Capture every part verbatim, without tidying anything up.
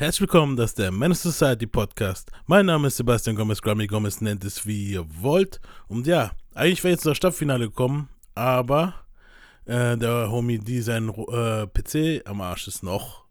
Herzlich willkommen, das ist der Menace Society Podcast. Mein Name ist Sebastian Gomez, Grammy Gomez, nennt es wie ihr wollt. Und ja, eigentlich wäre jetzt das Staffelfinale gekommen, aber äh, der Homie D, sein äh, P C am Arsch ist noch.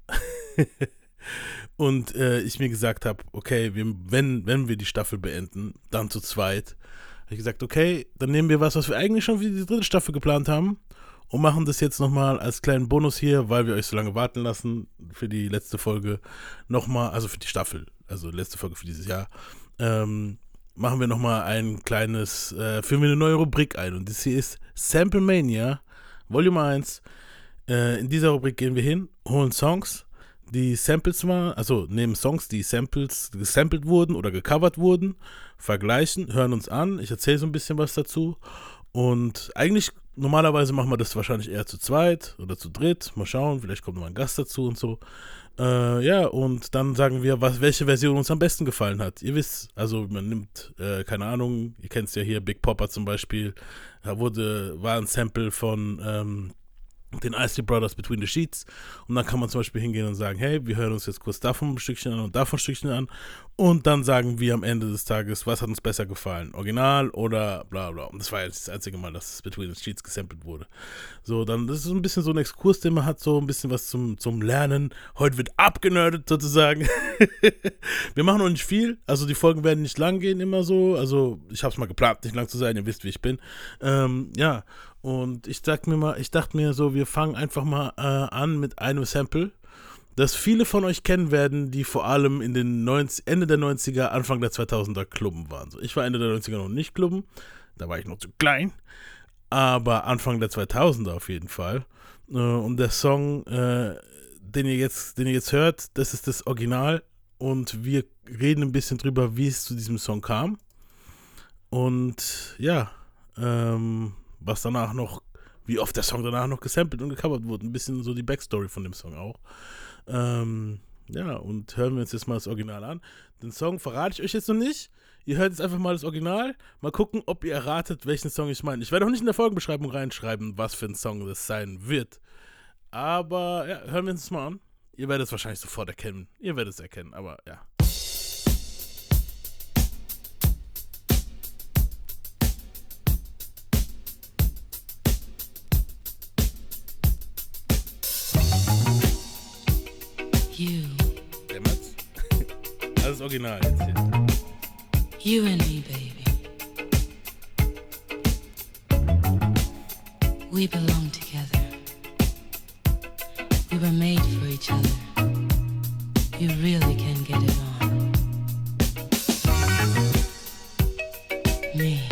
Und äh, ich mir gesagt habe, okay, wir, wenn, wenn wir die Staffel beenden, dann zu zweit, habe ich gesagt, okay, dann nehmen wir was, was wir eigentlich schon für die dritte Staffel geplant haben und machen das jetzt nochmal als kleinen Bonus hier, weil wir euch so lange warten lassen für die letzte Folge nochmal, also für die Staffel, also letzte Folge für dieses Jahr, ähm, machen wir nochmal ein kleines, äh, führen wir eine neue Rubrik ein und das hier ist Sample Mania, Volume eins. Äh, in dieser Rubrik gehen wir hin, holen Songs, die Samples waren, also nehmen Songs, die Samples gesampelt wurden oder gecovert wurden, vergleichen, hören uns an, ich erzähle so ein bisschen was dazu und eigentlich, normalerweise machen wir das wahrscheinlich eher zu zweit oder zu dritt, mal schauen, vielleicht kommt noch ein Gast dazu und so, äh, ja, und dann sagen wir, was, welche Version uns am besten gefallen hat, ihr wisst, also man nimmt, äh, keine Ahnung, ihr kennt es ja hier, Big Poppa zum Beispiel, da wurde, war ein Sample von, ähm, den Isley Brothers Between the Sheets und dann kann man zum Beispiel hingehen und sagen, hey, wir hören uns jetzt kurz davon ein Stückchen an und davon ein Stückchen an und dann sagen wir am Ende des Tages, was hat uns besser gefallen, Original oder bla bla. Und das war jetzt das einzige Mal, dass Between the Sheets gesampelt wurde. So, dann, das ist so ein bisschen so ein Exkurs, den man hat, so ein bisschen was zum, zum Lernen. Heute wird abgenördet sozusagen. Wir machen noch nicht viel, also die Folgen werden nicht lang gehen immer so, also ich habe es mal geplant, nicht lang zu sein, ihr wisst, wie ich bin. Ähm, ja, und ich sag mir mal, ich dachte mir so, wir fangen einfach mal äh, an mit einem Sample, das viele von euch kennen werden, die vor allem in den neunzig, Ende der neunziger, Anfang der zweitausender Klubben waren. So, ich war Ende der neunziger noch nicht Klubben, da war ich noch zu klein, aber Anfang der zweitausender auf jeden Fall. Äh, und der Song, äh, den ihr jetzt, den ihr jetzt hört, das ist das Original und wir reden ein bisschen drüber, wie es zu diesem Song kam. Und ja, ähm, was danach noch, wie oft der Song danach noch gesampelt und gecovert wurde. Ein bisschen so die Backstory von dem Song auch. Ähm, ja, und hören wir uns jetzt mal das Original an. Den Song verrate ich euch jetzt noch nicht. Ihr hört jetzt einfach mal das Original. Mal gucken, ob ihr erratet, welchen Song ich meine. Ich werde auch nicht in der Folgenbeschreibung reinschreiben, was für ein Song das sein wird. Aber ja, hören wir uns das mal an. Ihr werdet es wahrscheinlich sofort erkennen. Ihr werdet es erkennen, aber ja. You. Dämmert's? Das ist Original jetzt hier. You and me, baby. We belong together. We were made for each other. You really can get it on. Me.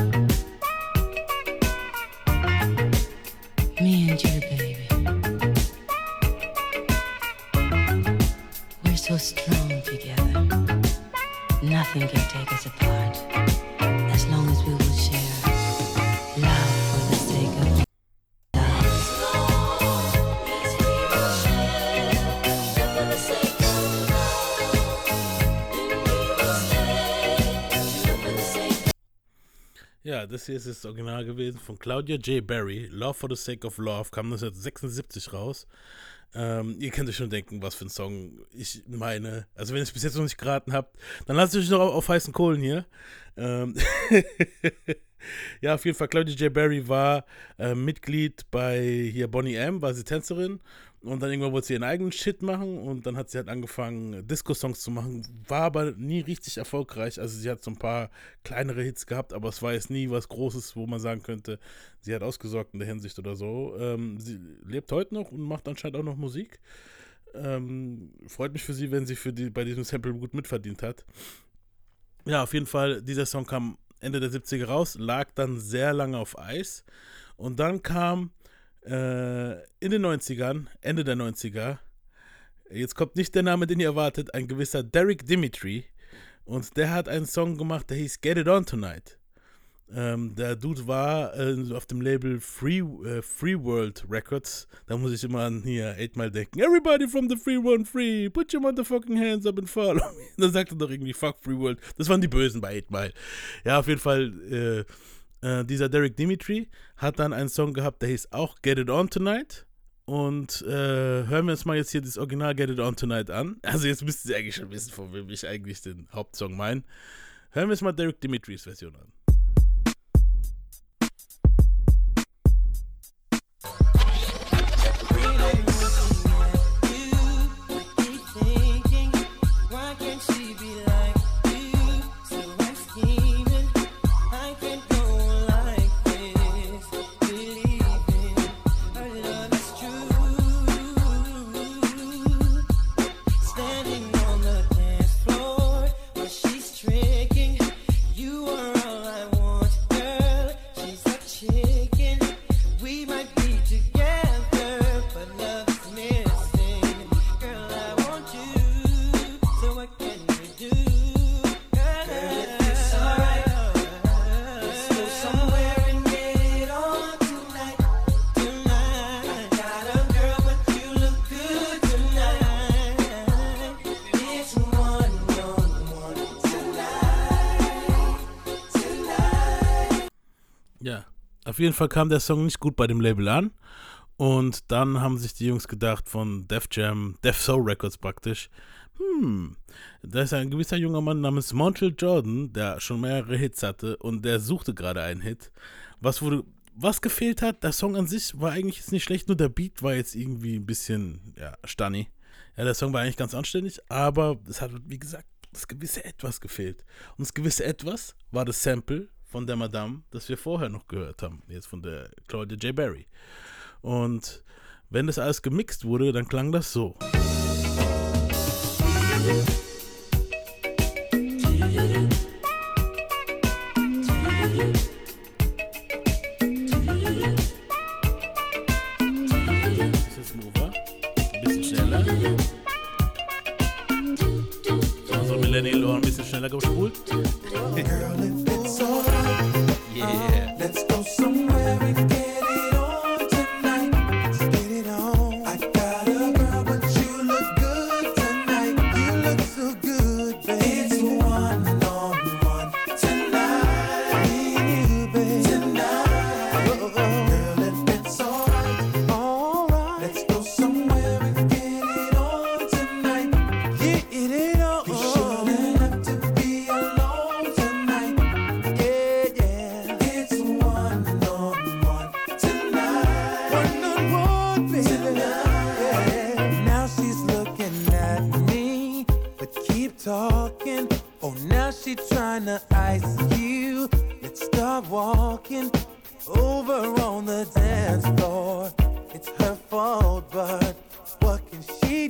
Me and you, baby. We're so strong together. Nothing can take us apart. As long as we will share love for the sake of love. Ja, das hier ist das Original gewesen von Claudia J. Berry. Love for the Sake of Love kam neunzehnhundertsechsundsiebzig raus. Ähm, ihr könnt euch schon denken, was für ein Song ich meine. Also wenn ihr es bis jetzt noch nicht geraten habt, dann lasst euch noch auf, auf heißen Kohlen hier. Ähm ja, auf jeden Fall, Claudia J. Berry war äh, Mitglied bei hier Boney M., war sie Tänzerin. Und dann irgendwann wollte sie ihren eigenen Shit machen und dann hat sie halt angefangen, Disco-Songs zu machen, war aber nie richtig erfolgreich. Also sie hat so ein paar kleinere Hits gehabt, aber es war jetzt nie was Großes, wo man sagen könnte, sie hat ausgesorgt in der Hinsicht oder so. Ähm, sie lebt heute noch und macht anscheinend auch noch Musik. Ähm, freut mich für sie, wenn sie für die, bei diesem Sample gut mitverdient hat. Ja, auf jeden Fall, dieser Song kam Ende der siebziger raus, lag dann sehr lange auf Eis und dann kam Äh, in den neunzigern, Ende der neunziger, jetzt kommt nicht der Name, den ihr erwartet, ein gewisser Derek Dimitri und der hat einen Song gemacht, der hieß Get It On Tonight. Ähm, der Dude war äh, auf dem Label Free, äh, Free World Records, da muss ich immer an hier eight Mile denken, everybody from the Free World Free, put your motherfucking hands up and follow me. Dann sagt er doch irgendwie, fuck Free World, das waren die Bösen bei eight Mile. Ja, auf jeden Fall, äh, Äh, dieser Derek Dimitri hat dann einen Song gehabt, der hieß auch Get It On Tonight Und äh, hören wir uns mal jetzt hier das Original Get It On Tonight an. Also jetzt müssten Sie eigentlich schon wissen, von wem ich eigentlich den Hauptsong meine. Hören wir uns mal Derek Dimitris Version an. Ja, auf jeden Fall kam der Song nicht gut bei dem Label an und dann haben sich die Jungs gedacht von Def Jam, Def Soul Records praktisch, hm, da ist ein gewisser junger Mann namens Montel Jordan, der schon mehrere Hits hatte und der suchte gerade einen Hit. Was wurde, was gefehlt hat, der Song an sich war eigentlich jetzt nicht schlecht, nur der Beat war jetzt irgendwie ein bisschen, ja, stunny. Ja, der Song war eigentlich ganz anständig, aber es hat, wie gesagt, das gewisse Etwas gefehlt. Und das gewisse Etwas war das Sample von der Madame, das wir vorher noch gehört haben, jetzt von der Claudia J. Berry. Und wenn das alles gemixt wurde, dann klang das so. Ist das Mover? Ein bisschen schneller. So, Millennial Ohr ein bisschen schneller gespult. Yeah. Let's go somewhere and get it on tonight. Let's get it on. I got a girl, but you look good tonight. You look so good, babe. It's one on one tonight. Me and you, babe. Tonight. Oh, oh. Girl, if it's alright, alright. Let's go somewhere and get it on tonight. Get it on. We shouldn't have to be alone tonight. Yeah, yeah. It's one on one tonight. One on one, baby. Tonight. Yeah. Now she's looking at me, but keep talking. Oh, now she trying to ice you. Let's start walking over on the dance floor. It's her fault, but what can she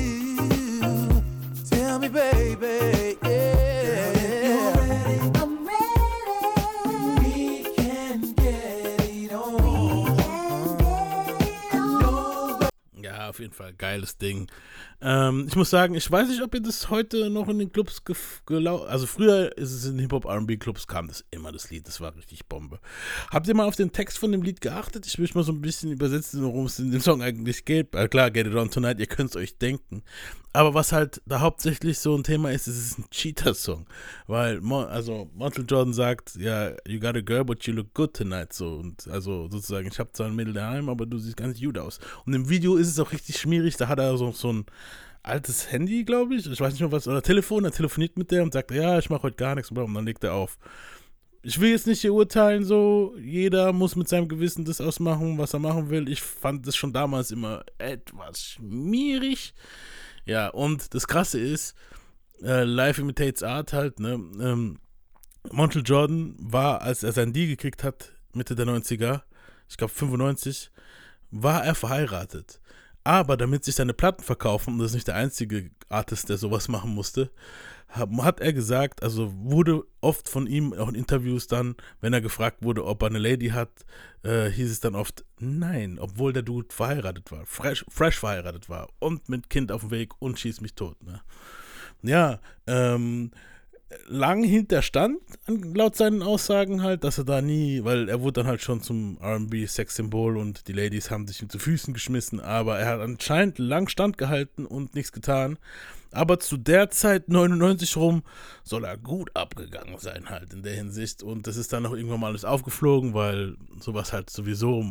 do? Tell me, baby. Yeah. Girl, if you're ready, I'm ready. We can get it on. I know. Ja, auf jeden Fall, geiles Ding. Ähm, ich muss sagen, ich weiß nicht, ob ihr das heute noch in den Clubs gelaufen, also früher ist es in Hip-Hop-R and B-Clubs, kam das immer, das Lied, das war richtig Bombe. Habt ihr mal auf den Text von dem Lied geachtet? Ich will mal so ein bisschen übersetzen, worum es in dem Song eigentlich geht. Äh, klar, Get It On Tonight, ihr könnt es euch denken. Aber was halt da hauptsächlich so ein Thema ist, ist es ist ein Cheater-Song. Weil, Mo- also, Montel Jordan sagt, ja, you got a girl, but you look good tonight. So, und also sozusagen, ich habe zwar ein Mädel daheim, aber du siehst ganz gut aus. Und im Video ist es auch richtig schmierig, da hat er so, so ein altes Handy, glaube ich, ich weiß nicht mehr was, oder Telefon, er telefoniert mit der und sagt, ja, ich mache heute gar nichts, und dann legt er auf. Ich will jetzt nicht hier urteilen, so, jeder muss mit seinem Gewissen das ausmachen, was er machen will. Ich fand das schon damals immer etwas schmierig. Ja, und das Krasse ist, äh, Life Imitates Art halt, ne, ähm, Montel Jordan war, als er sein Deal gekriegt hat, Mitte der neunziger, ich glaube fünfundneunzig, war er verheiratet. Aber damit sich seine Platten verkaufen, und das ist nicht der einzige Artist, der sowas machen musste, hat er gesagt, also wurde oft von ihm, auch in Interviews dann, wenn er gefragt wurde, ob er eine Lady hat, äh, hieß es dann oft, nein, obwohl der Dude verheiratet war, fresh, fresh verheiratet war und mit Kind auf dem Weg und schießt mich tot. Ne? Ja, ähm, lang hinterstand, laut seinen Aussagen halt, dass er da nie, weil er wurde dann halt schon zum R and B-Sexsymbol und die Ladies haben sich ihm zu Füßen geschmissen, aber er hat anscheinend lang standgehalten und nichts getan. Aber zu der Zeit, neunundneunzig rum, soll er gut abgegangen sein halt in der Hinsicht und das ist dann auch irgendwann mal alles aufgeflogen, weil sowas halt sowieso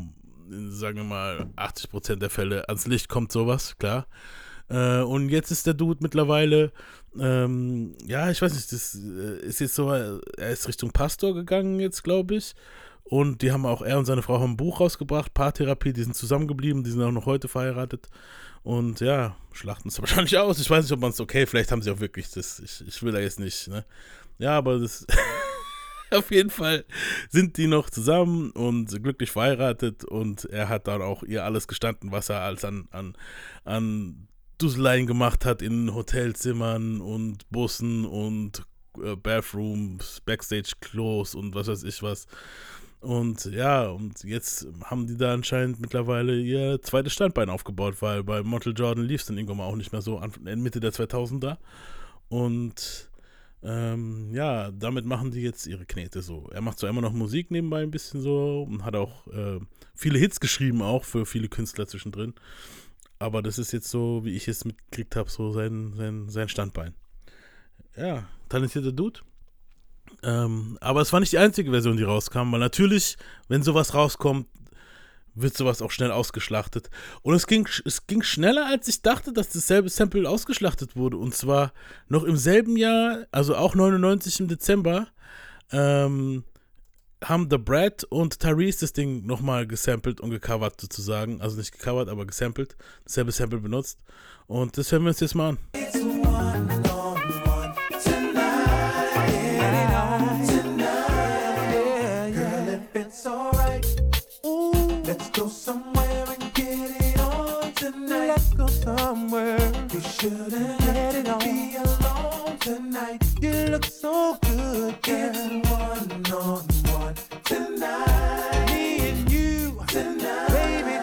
in, sagen wir mal, achtzig Prozent der Fälle ans Licht kommt sowas, klar. Äh, und jetzt ist der Dude mittlerweile, ähm, ja, ich weiß nicht, das äh, ist jetzt so, er ist Richtung Pastor gegangen jetzt, glaube ich. Und die haben auch, er und seine Frau haben ein Buch rausgebracht, Paartherapie, die sind zusammengeblieben, die sind auch noch heute verheiratet. Und ja, schlachten es wahrscheinlich aus. Ich weiß nicht, ob man es, okay, vielleicht haben sie auch wirklich das, ich, ich will da jetzt nicht, ne. Ja, aber das, auf jeden Fall sind die noch zusammen und glücklich verheiratet und er hat dann auch ihr alles gestanden, was er als an, an, an Dusseleien gemacht hat in Hotelzimmern und Bussen und äh, Bathrooms, Backstage-Klos und was weiß ich was. Und ja, und jetzt haben die da anscheinend mittlerweile ihr zweites Standbein aufgebaut, weil bei Montel Jordan lief es dann irgendwann mal auch nicht mehr so an, Mitte der zweitausender. Und ähm, ja, damit machen die jetzt ihre Knete so. Er macht zwar immer noch Musik nebenbei ein bisschen so und hat auch äh, viele Hits geschrieben, auch für viele Künstler zwischendrin. Aber das ist jetzt so, wie ich es mitgekriegt habe, so sein, sein, sein Standbein. Ja, talentierter Dude. Ähm, aber es war nicht die einzige Version, die rauskam, weil natürlich, wenn sowas rauskommt, wird sowas auch schnell ausgeschlachtet. Und es ging, es ging schneller, als ich dachte, dass dasselbe Sample ausgeschlachtet wurde. Und zwar noch im selben Jahr, also auch neunundneunzig im Dezember, ähm, haben The Brat und Tyrese das Ding nochmal gesampelt und gecovert sozusagen. Also nicht gecovert, aber gesampelt. Dasselbe Sample benutzt. Und das hören wir uns jetzt mal an. It's a one-on-one tonight. Get it on tonight. Yeah, girl, if it's alright, ooh, let's go somewhere and get it on tonight. Let's go somewhere. You shouldn't let it be alone tonight. You look so good, girl. It's one-on-one tonight. Me and you tonight, baby,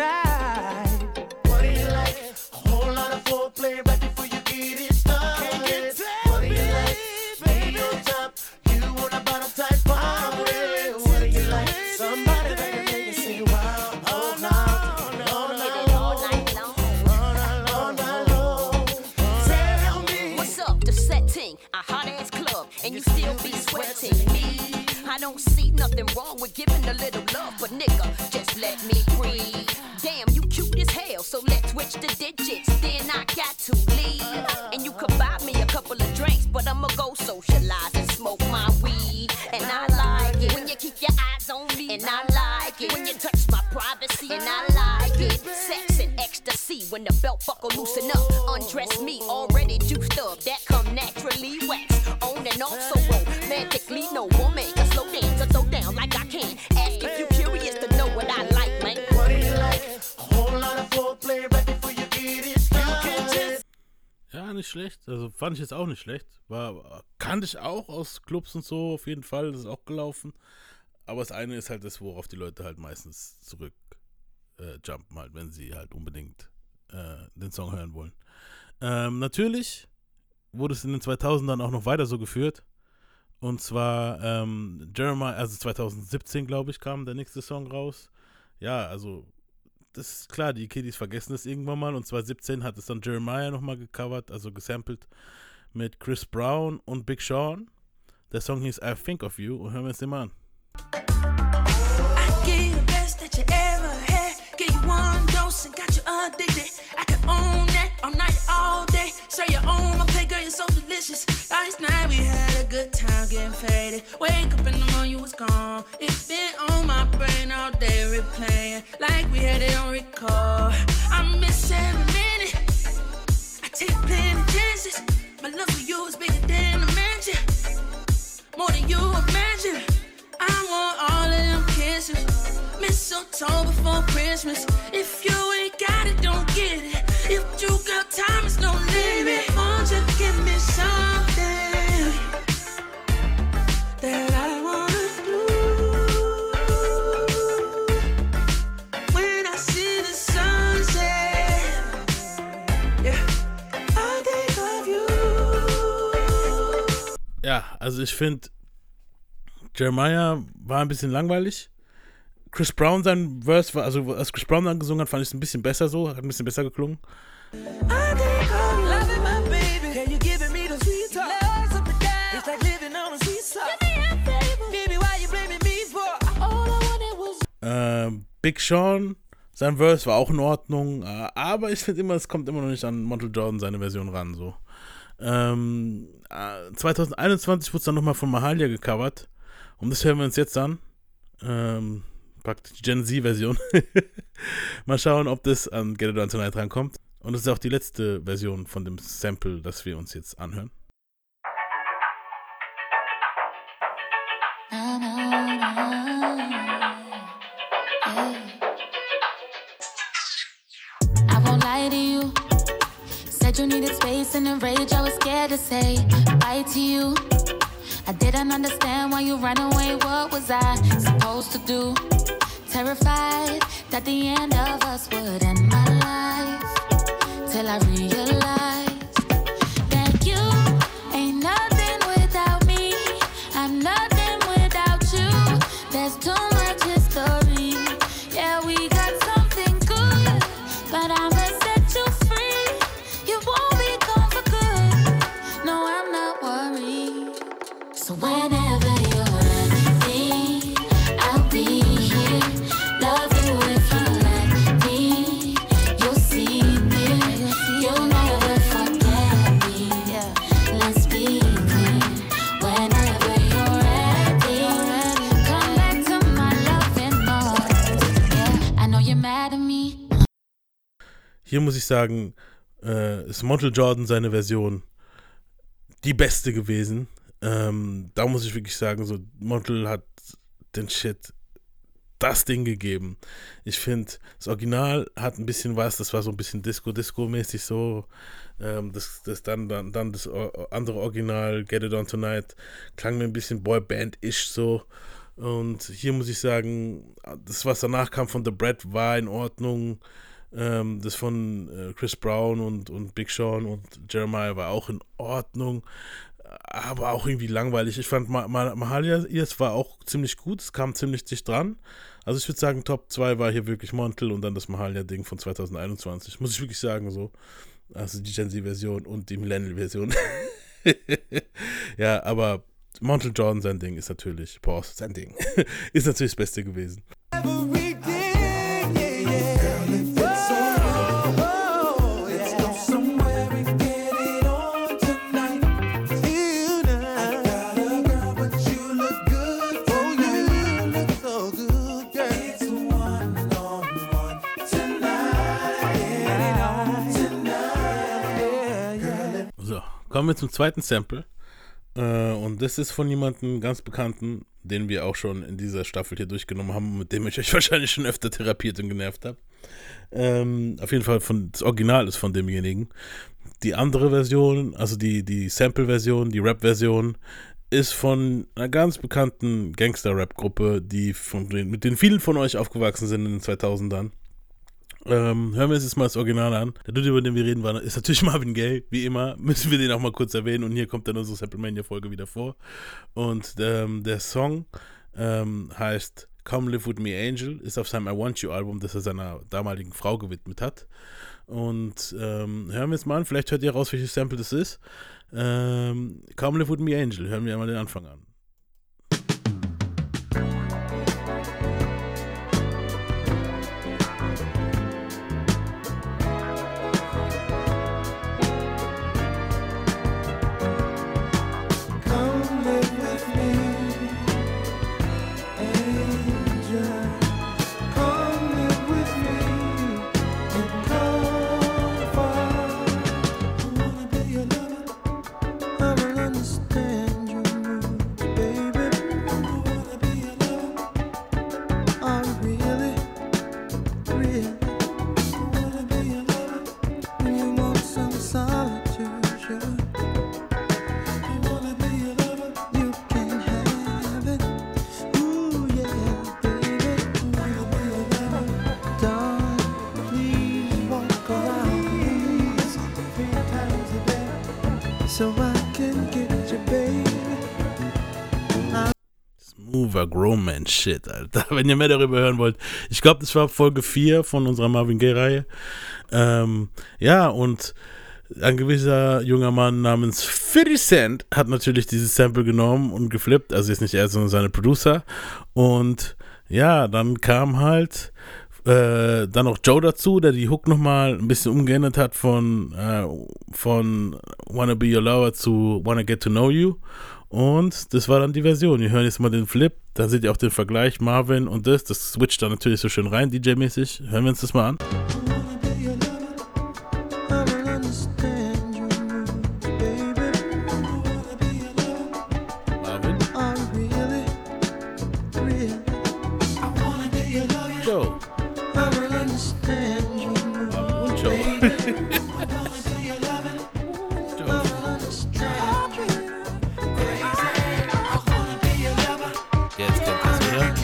tonight. What do you like? A whole lot of foreplay right before you get it started. What do you like? Baby on top, you want a bottom type party. What do you like? Somebody that can make you say wow. Oh no, no, no, all night long, all night long, all night long. Tell me What's up, the setting, a hot ass club, and you still be sweating me. I don't see nothing wrong with giving a little love, but nigga, just let me breathe. Damn, you cute as hell, so let's switch the digits, then I got to leave. And you could buy me a couple of drinks, but I'ma go socialize and smoke my weed. And I like it when you keep your eyes on me, and I like it when you touch my privacy, and I like it. Sex and ecstasy when the belt buckle loosen up. Undress me, already juiced up, that come naturally wax. On and off so romantically, no woman can slow dance or throw down like I can. Ask if you curious to know what I like, man. what do you like? A whole lot of foreplay right before you get it started. Ja, nicht schlecht. Also fand ich jetzt auch nicht schlecht. War, kannte ich auch aus Clubs und so, auf jeden Fall. Das ist auch gelaufen. Aber das eine ist halt das, worauf die Leute halt meistens zurück äh, jumpen, halt, wenn sie halt unbedingt äh, den Song hören wollen. Ähm, natürlich wurde es in den zweitausendern auch noch weiter so geführt. Und zwar ähm, Jeremiah, also zweitausendsiebzehn, glaube ich, kam der nächste Song raus. Ja, also das ist klar, die Kiddies vergessen das irgendwann mal. Und zweitausendsiebzehn hat es dann Jeremiah nochmal gecovert, also gesampelt mit Chris Brown und Big Sean. Der Song hieß I Think of You und hören wir uns den mal an. I gave you the best that you ever had. Gave you one dose and got you addicted. I could own that all night, all day. Say your own, okay, girl, you're so delicious. Last night we had a good time getting faded. Wake up in the morning, you was gone. It's been on my brain all day, replaying like we had it on record. I miss every minute. I take plenty chances. My love for you is bigger than a mansion. More than you imagine. I want all of them kisses. Mistletoe before Christmas. If you ain't got it, don't get it. If you got time, it's no limit. Won't you give me something that I wanna do? When I see the sunset, yeah, I think of you. Ja, also ich finde, Jeremiah war ein bisschen langweilig. Chris Brown, sein Verse war, also als Chris Brown dann gesungen hat, fand ich es ein bisschen besser so, hat ein bisschen besser geklungen. I think I'm loving my baby. Yeah, you giving me the sweet talk. Love's up and down. It's like living on a sweet song. Baby, why you blaming me for? All I wanted was Ähm, Big Sean, sein Verse war auch in Ordnung, aber ich finde immer, es kommt immer noch nicht an Montel Jordan seine Version ran, so. Ähm, zwanzig einundzwanzig wurde es dann nochmal von Mahalia gecovert und das hören wir uns jetzt an. Ähm, praktisch die Gen Z-Version. Mal schauen, ob das an Get It On Tonight rankommt. Und das ist auch die letzte Version von dem Sample, das wir uns jetzt anhören. Na, na, na, yeah. I won't lie to you. Said you needed space and the rage. I was scared to say bye to you. I didn't understand why you ran away. What was I supposed to do? Terrified that the end of us would end my life. Till I realized that you ain't nothing without me. I'm nothing without you. There's too much history. Yeah, we got something good, but I'ma set you free. You won't be gone for good. No, I'm not worried. So whenever you're ready, I'll be here. Love you if you let me. You'll see me. You'll never forget me. Let's be clear. Whenever you're ready, come back to my loving arms. Yeah, I know you're mad at me. Hier muss ich sagen, äh, ist Montel Jordan seine Version die beste gewesen. Ähm, da muss ich wirklich sagen, so Montel hat den Shit, das Ding gegeben. Ich finde, das Original hat ein bisschen was, das war so ein bisschen Disco-Disco-mäßig so. Ähm, das, das dann, dann, dann das andere Original, Get It On Tonight, klang mir ein bisschen Boyband-ish so. Und hier muss ich sagen, das, was danach kam von The Bread, war in Ordnung. Ähm, das von äh, Chris Brown und, und Big Sean und Jeremiah war auch in Ordnung, aber auch irgendwie langweilig. Ich fand Ma- Ma- Mahalia, es war auch ziemlich gut, es kam ziemlich dicht dran. Also ich würde sagen, Top zwei war hier wirklich Montel und dann das Mahalia-Ding von zwanzig einundzwanzig. Muss ich wirklich sagen, so. Also die Gen Z-Version und die Millennial-Version. Ja, aber Montel Jordan, sein Ding ist natürlich, Pause, sein Ding, ist natürlich das Beste gewesen. Every day, yeah, yeah. Girl, if it's so wrong, let's go somewhere and get it on tonight. I got a girl, but you look good tonight. You look so good, girl. It's one-on-one tonight. Get it on tonight. Yeah, yeah. So, kommen wir zum zweiten Sample. Äh, und das ist von jemandem ganz Bekannten, den wir auch schon in dieser Staffel hier durchgenommen haben, mit dem ich euch wahrscheinlich schon öfter therapiert und genervt habe. Ähm, auf jeden Fall, von, das Original ist von demjenigen. Die andere Version, also die, die Sample-Version, die Rap-Version, ist von einer ganz bekannten Gangster-Rap-Gruppe, die von den, mit denen vielen von euch aufgewachsen sind in den zweitausendern. Ähm, hören wir uns jetzt mal das Original an. Der Dude, über den wir reden, war, ist natürlich Marvin Gaye, wie immer. Müssen wir den auch mal kurz erwähnen. Und hier kommt dann unsere Samplemania-Folge wieder vor. Und ähm, der Song ähm, heißt Come Live With Me Angel, ist auf seinem I Want You Album, das er seiner damaligen Frau gewidmet hat. Und ähm, hören wir jetzt mal an. Vielleicht hört ihr raus, welches Sample das ist. Ähm, Come Live With Me Angel. Hören wir einmal den Anfang an. Come live with me, angel. Come live with me and come far. I wanna be your lover. I will understand your moods, baby. I wanna be your lover. I really, really wanna be your lover. When you want some solitude, sure. I wanna be your lover. You can have it. Ooh yeah, baby. I wanna be your lover. Darling, please walk around me three times a day, so I can get you, baby. Smoother Grown Shit, Alter. Wenn ihr mehr darüber hören wollt. Ich glaube, das war Folge vier von unserer Marvin Gaye-Reihe. Ähm, ja, und ein gewisser junger Mann namens fifty Cent hat natürlich dieses Sample genommen und geflippt. Also jetzt nicht er, sondern seine Producer. Und ja, dann kam halt äh, dann noch Joe dazu, der die Hook nochmal ein bisschen umgeändert hat von, äh, von Wanna Be Your Lover zu Wanna Get to Know You. Und das war dann die Version. Wir hören jetzt mal den Flip, da seht ihr auch den Vergleich, Marvin und das. Das switcht dann natürlich so schön rein, D J-mäßig. Hören wir uns das mal an. Marvin. Joe. Marvin und Joe. Jetzt kommt das, oder?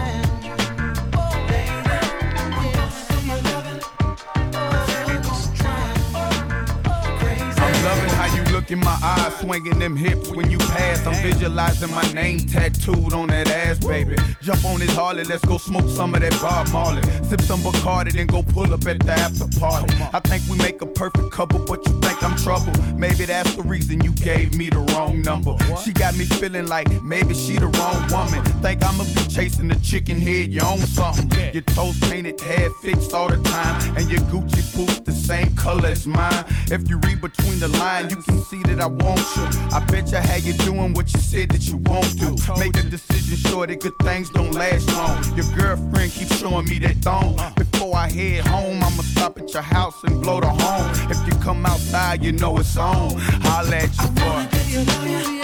I'm loving how you look in my eyes, swinging them hips when you pass. I'm visualizing my name tattooed on that ass, baby. Jump on this Harley, let's go smoke some of that Bob Marley. Sip some Bacardi, then go pull up at the after party. I think we make a perfect couple, but you think I'm trouble. Maybe that's the reason you gave me the wrong number. She got me feeling like maybe she the wrong woman. Think I'ma be chasing the chicken head, you own something. Your toes painted, hair fixed all the time, and your Gucci boots the same color as mine. If you read between the lines, you can see that I want you. I bet you how you doing what you said that you won't do. Make a decision sure that good things don't last long. Your girlfriend keeps showing me that thong. Before I head home, I'ma stop at your house and blow the horn. If you come outside, you know it's on. Holla at your boy.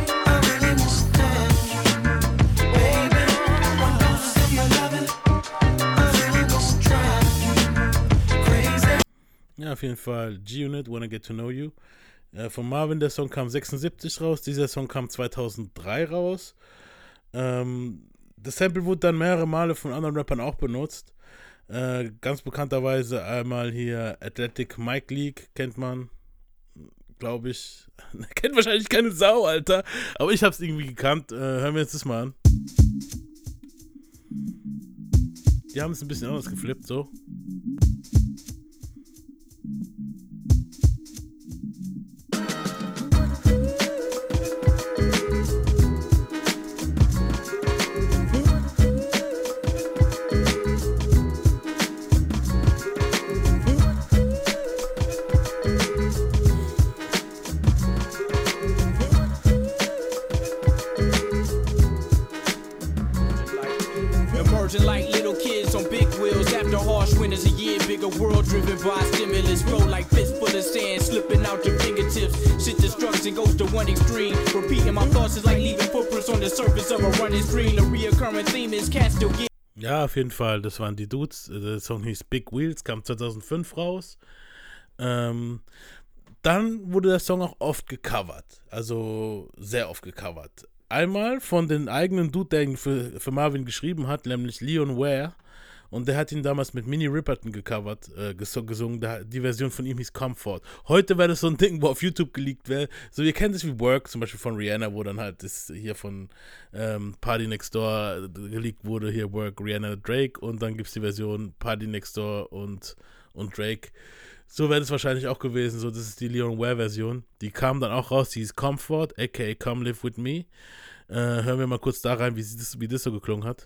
Ja, auf jeden Fall G-Unit, Wanna Get to Know You. Äh, von Marvin, der Song kam sechsundsiebzig raus, dieser Song kam zweitausenddrei raus. Ähm, das Sample wurde dann mehrere Male von anderen Rappern auch benutzt. Äh, ganz bekannterweise einmal hier Athletic Mike League, kennt man, glaube ich. Kennt wahrscheinlich keine Sau, Alter. Aber ich hab's irgendwie gekannt. Äh, hören wir uns das mal an. Die haben es ein bisschen anders geflippt, so. Emerging like little kids on big wheels after harsh winters, a year bigger world driven by stimulus. Flow like fist full of sand, slipping out your fingertips. Shit destruction goes to one extreme. Repeating my thoughts is like leaving footprints on the surface of a running screen. A reoccurring theme is cats still get. Ja, auf jeden Fall, das waren die Dudes. Der Song hieß Big Wheels, kam zweitausendfünf raus. Ähm, dann wurde der Song auch oft gecovert, also sehr oft gecovert. Einmal von den eigenen Dude, der ihn für, für Marvin geschrieben hat, nämlich Leon Ware. Und der hat ihn damals mit Minnie Riperton gecovert, äh, ges- gesungen. Der, die Version von ihm hieß Comfort. Heute wäre das so ein Ding, wo auf YouTube geleakt wäre. So, ihr kennt es wie Work, zum Beispiel von Rihanna, wo dann halt das hier von ähm, Party Next Door geleakt wurde. Hier Work, Rihanna, Drake. Und dann gibt es die Version Party Next Door und, und Drake. So wäre das wahrscheinlich auch gewesen. So, das ist die Leon Ware-Version. Die kam dann auch raus. Die hieß Comfort, aka Come Live With Me. Äh, hören wir mal kurz da rein, wie das, wie das so geklungen hat.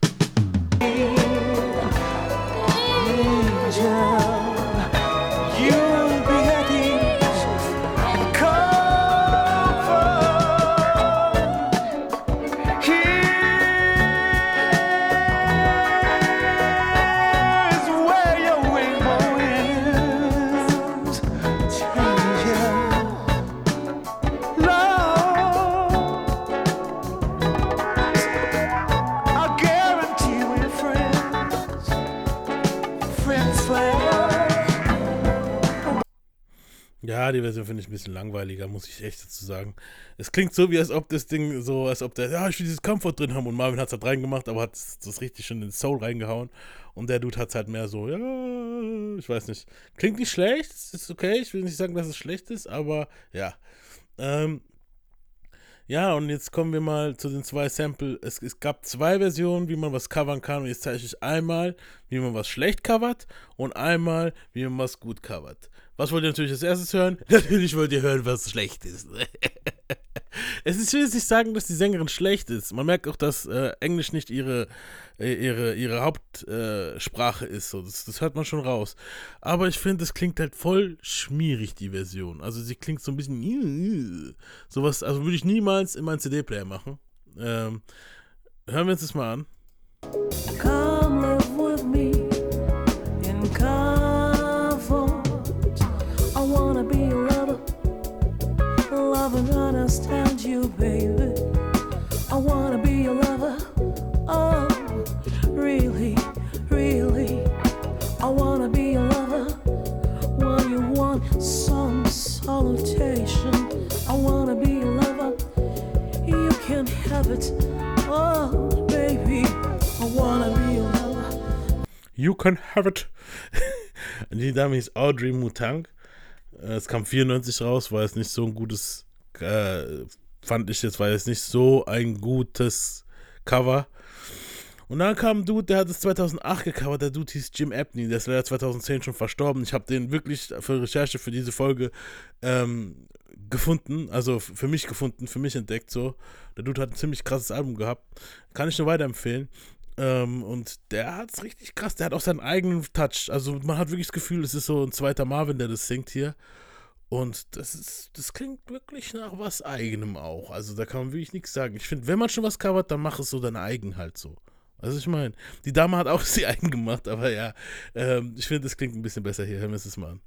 Ja, die Version finde ich ein bisschen langweiliger, muss ich echt dazu sagen. Es klingt so, wie als ob das Ding so, als ob der, ja, ich will dieses Comfort drin haben und Marvin hat es halt reingemacht, aber hat das richtig schön in den Soul reingehauen und der Dude hat es halt mehr so, ja, ich weiß nicht. Klingt nicht schlecht, ist okay, ich will nicht sagen, dass es schlecht ist, aber ja. Ähm, ja, und jetzt kommen wir mal zu den zwei Samples. Es, es gab zwei Versionen, wie man was covern kann und jetzt zeige ich einmal, wie man was schlecht covert und einmal, wie man was gut covert. Was wollt ihr natürlich als erstes hören? Natürlich wollt ihr hören, was schlecht ist. Es ist, ich will jetzt nicht sagen, dass die Sängerin schlecht ist. Man merkt auch, dass äh, Englisch nicht ihre, äh, ihre, ihre Hauptsprache äh, Sprache ist. So. Das, das hört man schon raus. Aber ich finde, es klingt halt voll schmierig, die Version. Also sie klingt so ein bisschen sowas, also würde ich niemals in meinen C D-Player machen. Ähm, hören wir uns das mal an. Come live with me in comfort. I wanna be your lover, love and understand you, baby. I wanna be your lover, oh, really, really. I wanna be your lover when you want some salutation. I wanna be your lover, you can have it, oh, baby. I wanna be your lover. You can have it. Die Dame hieß Audrey Mutang. Es kam vierundneunzig raus, war jetzt nicht so ein gutes, äh, fand ich jetzt, war jetzt nicht so ein gutes Cover. Und dann kam ein Dude, der hat es zweitausendacht gecovert, der Dude hieß Jim Abney, der ist leider zweitausendzehn schon verstorben. Ich habe den wirklich für Recherche für diese Folge ähm, gefunden, also für mich gefunden, für mich entdeckt so. Der Dude hat ein ziemlich krasses Album gehabt, kann ich nur weiterempfehlen. Ähm, und der hat es richtig krass, der hat auch seinen eigenen Touch, also man hat wirklich das Gefühl, es ist so ein zweiter Marvin, der das singt hier und das ist, das klingt wirklich nach was Eigenem auch, also da kann man wirklich nichts sagen. Ich finde, wenn man schon was covert, dann mach es so dein eigen halt so. Also ich meine, die Dame hat auch sie eigen gemacht, aber ja, ähm, ich finde, das klingt ein bisschen besser hier, hören wir uns das mal an.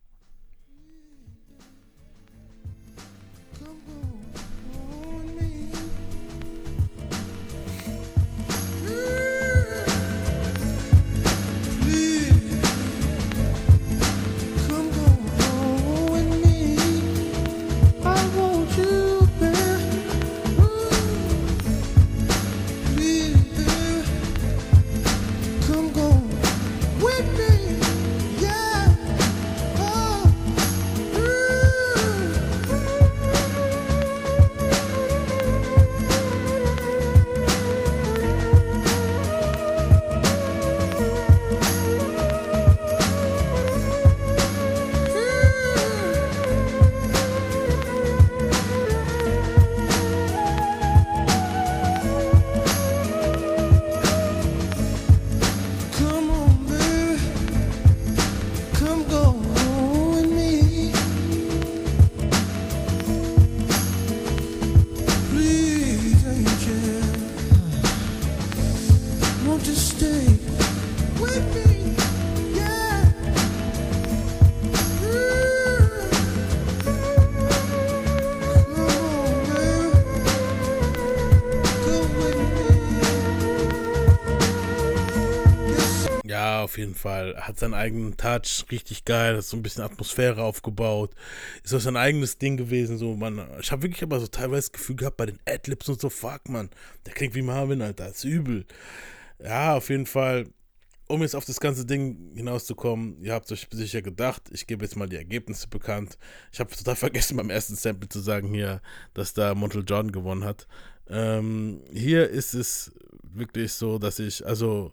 Auf jeden Fall, hat seinen eigenen Touch, richtig geil, hat so ein bisschen Atmosphäre aufgebaut, ist auch sein eigenes Ding gewesen, so, man, ich habe wirklich aber so teilweise das Gefühl gehabt bei den Adlibs und so, fuck, man, der klingt wie Marvin, Alter, ist übel. Ja, auf jeden Fall, um jetzt auf das ganze Ding hinauszukommen, ihr habt euch sicher gedacht, ich gebe jetzt mal die Ergebnisse bekannt. Ich habe total vergessen beim ersten Sample zu sagen hier, dass da Montel Jordan gewonnen hat. Ähm, hier ist es wirklich so, dass ich, also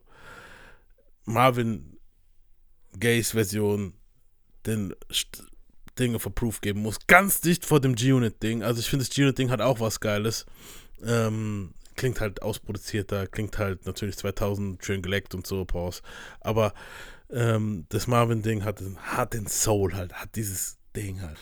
Marvin Gayes Version den St- Ding of Approve geben muss. Ganz dicht vor dem G-Unit-Ding. Also ich finde, das G-Unit-Ding hat auch was Geiles. Ähm, klingt halt ausproduzierter, klingt halt natürlich zweitausend schön geleckt und so, Pause. Aber ähm, das Marvin-Ding hat, hat den Soul halt, hat dieses Ding halt.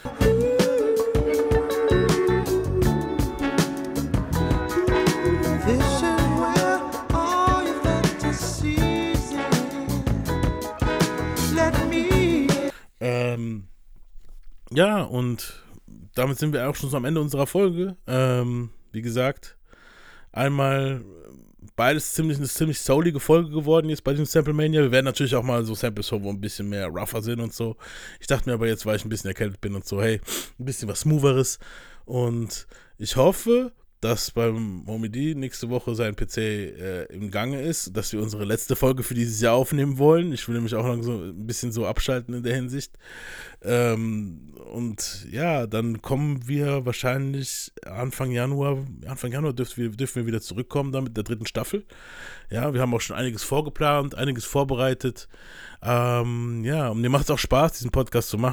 Ähm, ja, und damit sind wir auch schon so am Ende unserer Folge. Ähm, wie gesagt, einmal beides ziemlich eine ziemlich soulige Folge geworden jetzt bei diesem Sample Mania. Wir werden natürlich auch mal so Samples holen, wo ein bisschen mehr rougher sind und so. Ich dachte mir aber jetzt, weil ich ein bisschen erkältet bin und so, hey, ein bisschen was Smootheres. Und ich hoffe, dass beim Homie D nächste Woche sein P C äh, im Gange ist, dass wir unsere letzte Folge für dieses Jahr aufnehmen wollen. Ich will nämlich auch noch so ein bisschen so abschalten in der Hinsicht. Ähm, und ja, dann kommen wir wahrscheinlich Anfang Januar, Anfang Januar dürfen wir, dürfen wir wieder zurückkommen dann mit der dritten Staffel. Ja, wir haben auch schon einiges vorgeplant, einiges vorbereitet. Ähm, ja, und mir macht es auch Spaß, diesen Podcast zu machen.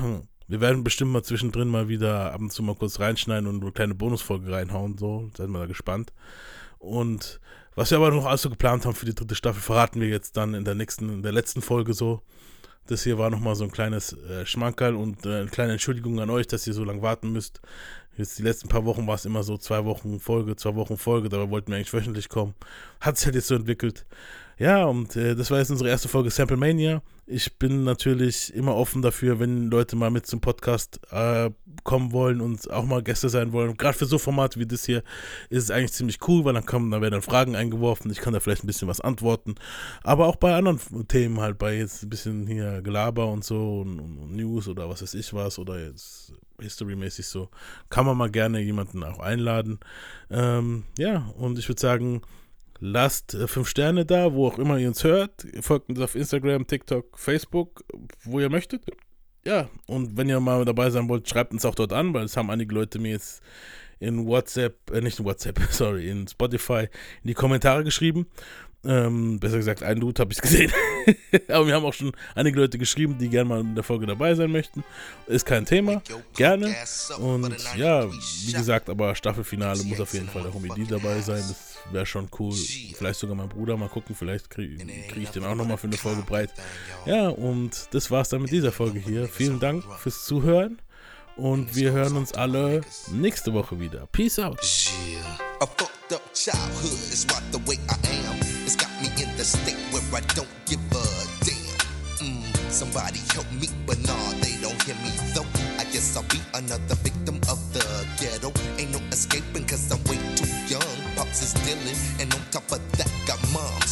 Wir werden bestimmt mal zwischendrin mal wieder ab und zu mal kurz reinschneiden und eine kleine Bonusfolge reinhauen, so, seid mal da gespannt. Und was wir aber noch alles so geplant haben für die dritte Staffel, verraten wir jetzt dann in der nächsten, in der letzten Folge so. Das hier war nochmal so ein kleines äh, Schmankerl und äh, eine kleine Entschuldigung an euch, dass ihr so lange warten müsst. Jetzt die letzten paar Wochen war es immer so zwei Wochen Folge, zwei Wochen Folge, dabei wollten wir eigentlich wöchentlich kommen. Hat sich halt jetzt so entwickelt. Ja, und äh, das war jetzt unsere erste Folge Sample Mania. Ich bin natürlich immer offen dafür, wenn Leute mal mit zum Podcast äh, kommen wollen und auch mal Gäste sein wollen. Gerade für so Formate wie das hier ist es eigentlich ziemlich cool, weil dann kommen, dann werden dann Fragen eingeworfen. Ich kann da vielleicht ein bisschen was antworten. Aber auch bei anderen Themen halt, bei jetzt ein bisschen hier Gelaber und so und, und News oder was weiß ich was oder jetzt History-mäßig so, kann man mal gerne jemanden auch einladen. Ähm, ja, und ich würde sagen, lasst äh, fünf Sterne da, wo auch immer ihr uns hört. Folgt uns auf Instagram, TikTok, Facebook, wo ihr möchtet. Ja, und wenn ihr mal dabei sein wollt, schreibt uns auch dort an, weil es haben einige Leute mir jetzt in WhatsApp, äh, nicht in WhatsApp, sorry, in Spotify in die Kommentare geschrieben. Ähm, besser gesagt, ein Dude habe ich gesehen. Aber wir haben auch schon einige Leute geschrieben, die gerne mal in der Folge dabei sein möchten. Ist kein Thema, gerne. Und ja, wie gesagt, aber Staffelfinale muss auf jeden Fall der Homie D dabei sein. Das wäre schon cool. Vielleicht sogar mein Bruder, mal gucken. Vielleicht kriege krieg ich den auch nochmal für eine Folge breit. Ja, und das war's dann mit dieser Folge hier. Vielen Dank fürs Zuhören. Und wir hören uns alle nächste Woche wieder. Peace out. A fucked up childhood is what the way I am. It's got me in the state where I don't give a damn. Mm, somebody help me, but nah, they don't hear me though. I guess I'll be another victim of the ghetto. Ain't no escaping cause I'm way too young. Pops is dealing, and on top of that got mom